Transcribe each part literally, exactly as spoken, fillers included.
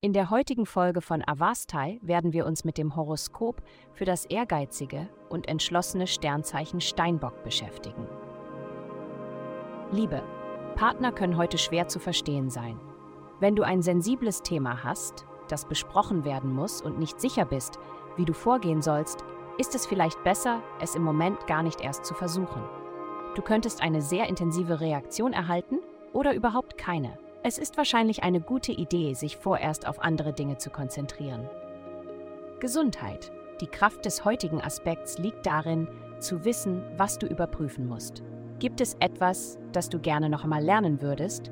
In der heutigen Folge von Avastai werden wir uns mit dem Horoskop für das ehrgeizige und entschlossene Sternzeichen Steinbock beschäftigen. Liebe, Partner können heute schwer zu verstehen sein. Wenn du ein sensibles Thema hast, das besprochen werden muss und nicht sicher bist, wie du vorgehen sollst, ist es vielleicht besser, es im Moment gar nicht erst zu versuchen. Du könntest eine sehr intensive Reaktion erhalten oder überhaupt keine. Es ist wahrscheinlich eine gute Idee, sich vorerst auf andere Dinge zu konzentrieren. Gesundheit. Die Kraft des heutigen Aspekts liegt darin, zu wissen, was du überprüfen musst. Gibt es etwas, das du gerne noch einmal lernen würdest?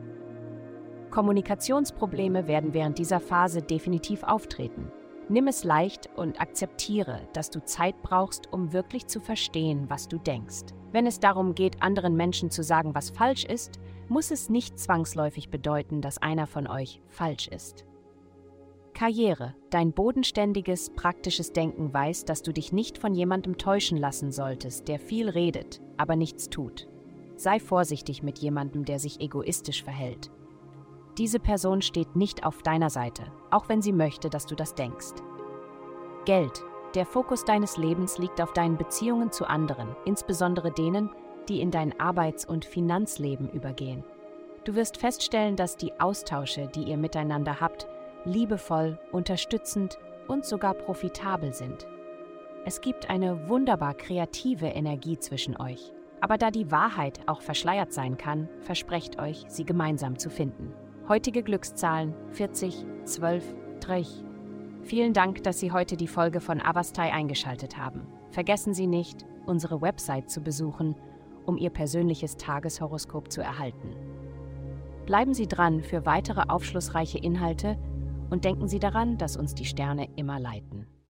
Kommunikationsprobleme werden während dieser Phase definitiv auftreten. Nimm es leicht und akzeptiere, dass du Zeit brauchst, um wirklich zu verstehen, was du denkst. Wenn es darum geht, anderen Menschen zu sagen, was falsch ist, muss es nicht zwangsläufig bedeuten, dass einer von euch falsch ist. Karriere. Dein bodenständiges, praktisches Denken weiß, dass du dich nicht von jemandem täuschen lassen solltest, der viel redet, aber nichts tut. Sei vorsichtig mit jemandem, der sich egoistisch verhält. Diese Person steht nicht auf deiner Seite, auch wenn sie möchte, dass du das denkst. Geld. Der Fokus deines Lebens liegt auf deinen Beziehungen zu anderen, insbesondere denen, die in dein Arbeits- und Finanzleben übergehen. Du wirst feststellen, dass die Austausche, die ihr miteinander habt, liebevoll, unterstützend und sogar profitabel sind. Es gibt eine wunderbar kreative Energie zwischen euch. Aber da die Wahrheit auch verschleiert sein kann, versprecht euch, sie gemeinsam zu finden. Heutige Glückszahlen vierzig, zwölf, drei. Vielen Dank, dass Sie heute die Folge von Avastai eingeschaltet haben. Vergessen Sie nicht, unsere Website zu besuchen, um Ihr persönliches Tageshoroskop zu erhalten. Bleiben Sie dran für weitere aufschlussreiche Inhalte und denken Sie daran, dass uns die Sterne immer leiten.